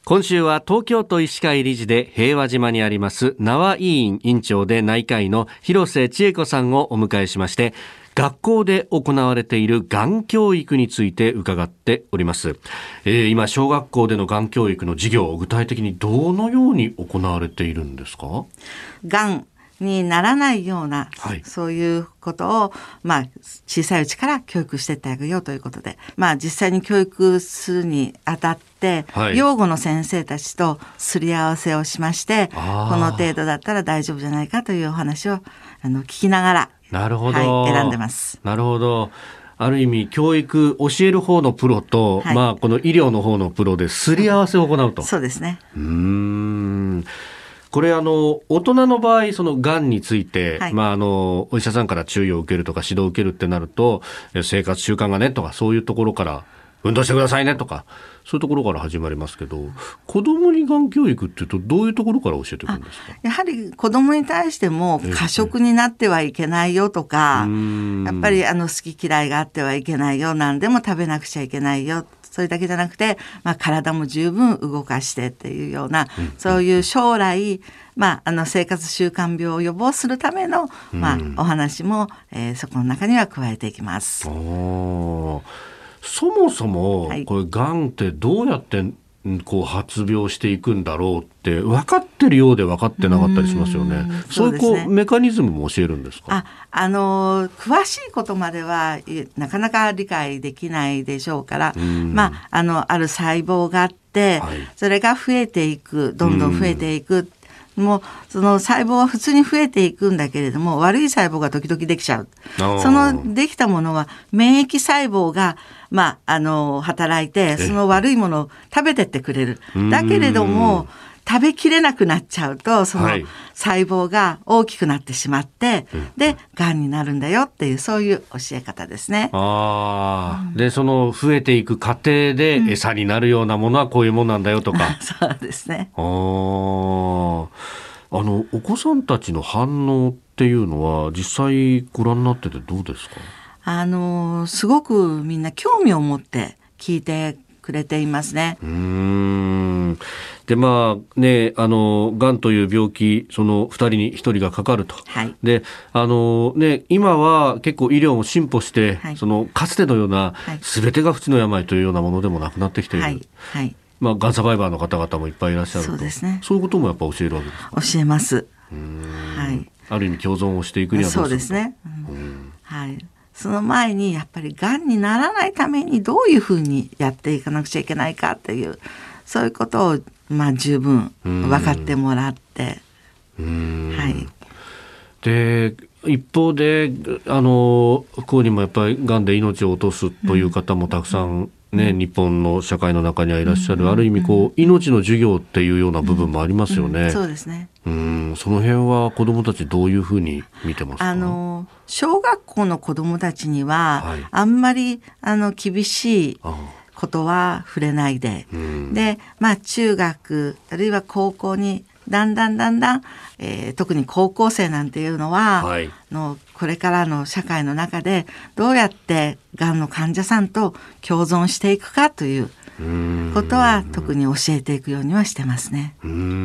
今週は東京都医師会理事で平和島にあります縄医院院長で内科医の広瀬千恵子さんをお迎えしまして、学校で行われているがん教育について伺っております。今小学校でのがん教育の授業、具体的にどのように行われているんですか？ がんにならないような、そういうことを、小さいうちから教育していってあげようということで、実際に教育するにあたって、養護の先生たちとすり合わせをしまして、この程度だったら大丈夫じゃないかというお話を聞きながら、 なるほど、 選んでます。 なるほど。ある意味教育教える方のプロと、この医療の方のプロですり合わせを行うと。 そうですね。 これ大人の場合そのがんについて、お医者さんから注意を受けるとか指導を受けるってなると、生活習慣がねとかそういうところから、運動してくださいねとかそういうところから始まりますけど、子どもにがん教育っていうとどういうところから教えていくんですか？ やはり子どもに対しても過食になってはいけないよとか、やっぱり好き嫌いがあってはいけないよ、何でも食べなくちゃいけないよ、それだけじゃなくて、体も十分動かしてっていうような、そういう将来、生活習慣病を予防するための、お話も、そこの中には加えていきます。 そもそも、これがんってどうやって発病していくんだろうって分かってるようで分かってなかったりしますよね。そういうメカニズムも教えるんですか？ 詳しいことまではなかなか理解できないでしょうから、ある細胞があって、それが増えていく、どんどん増えていく。もうその細胞は普通に増えていくんだけれども、悪い細胞が時々できちゃう。そのできたものは免疫細胞が働いて、その悪いものを食べてってくれる。だけれども食べきれなくなっちゃうと、その細胞が大きくなってしまって、でがんになるんだよっていう、そういう教え方ですね。 でその増えていく過程で餌になるようなものはこういうものなんだよとか。 そうですね。 お子さんたちの反応っていうのは実際ご覧になっててどうですか？ すごくみんな興味を持って聞いてくれていますね。 でがんという病気、その2人に1人がかかると、で今は結構医療も進歩して、そのかつてのような全てが不治の病というようなものでもなくなってきている、がんサバイバーの方々もいっぱいいらっしゃると。 そうですね。 そういうこともやっぱ教えるわけですか？ 教えます。 ある意味共存をしていくにはどうするか。 そうですね。その前にやっぱりがんにならないためにどういうふうにやっていかなくちゃいけないかっていう、そういうことを十分分かってもらって、 で一方で不幸にもやっぱりがんで命を落とすという方もたくさん日本の社会の中にはいらっしゃる。ある意味命の授業っていうような部分もありますよね。 そうですね。 その辺は子どもたちどういうふうに見てますか？ 小学校の子どもたちには、あんまり厳しいことは触れないで、で、中学あるいは高校にだんだん、特に高校生なんていうのは、これからの社会の中でどうやってがんの患者さんと共存していくかということは特に教えていくようにはしてますね。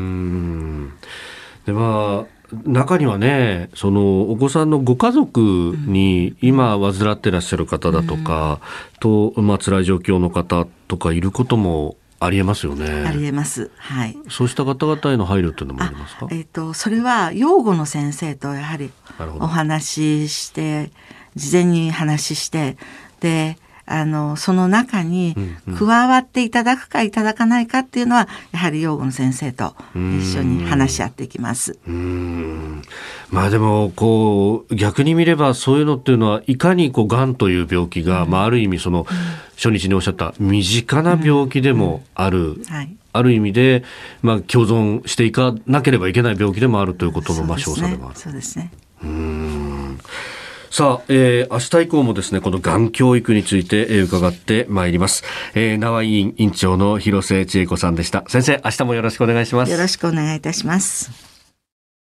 で中にはね、そのお子さんのご家族に今患ってらっしゃる方だとかと、辛い状況の方とかいることもありえますよね。 ありえます。 そうした方々への配慮というのもありますか？ それは養護の先生とやはりお話しして、事前に話して、でその中に加わっていただくかいただかないかっていうのは、やはり養護の先生と一緒に話し合っていきます。 でも逆に見ればそういうのっていうのは、いかにがんという病気が、ある意味その初日におっしゃった身近な病気でもある、ある意味で、共存していかなければいけない病気でもあるということの証左でもある。 そうですね。 さあ、明日以降もですね、このがん教育について、伺ってまいります。縄医院院長の広瀬千恵子さんでした。先生、明日もよろしくお願いします。 よろしくお願いいたします。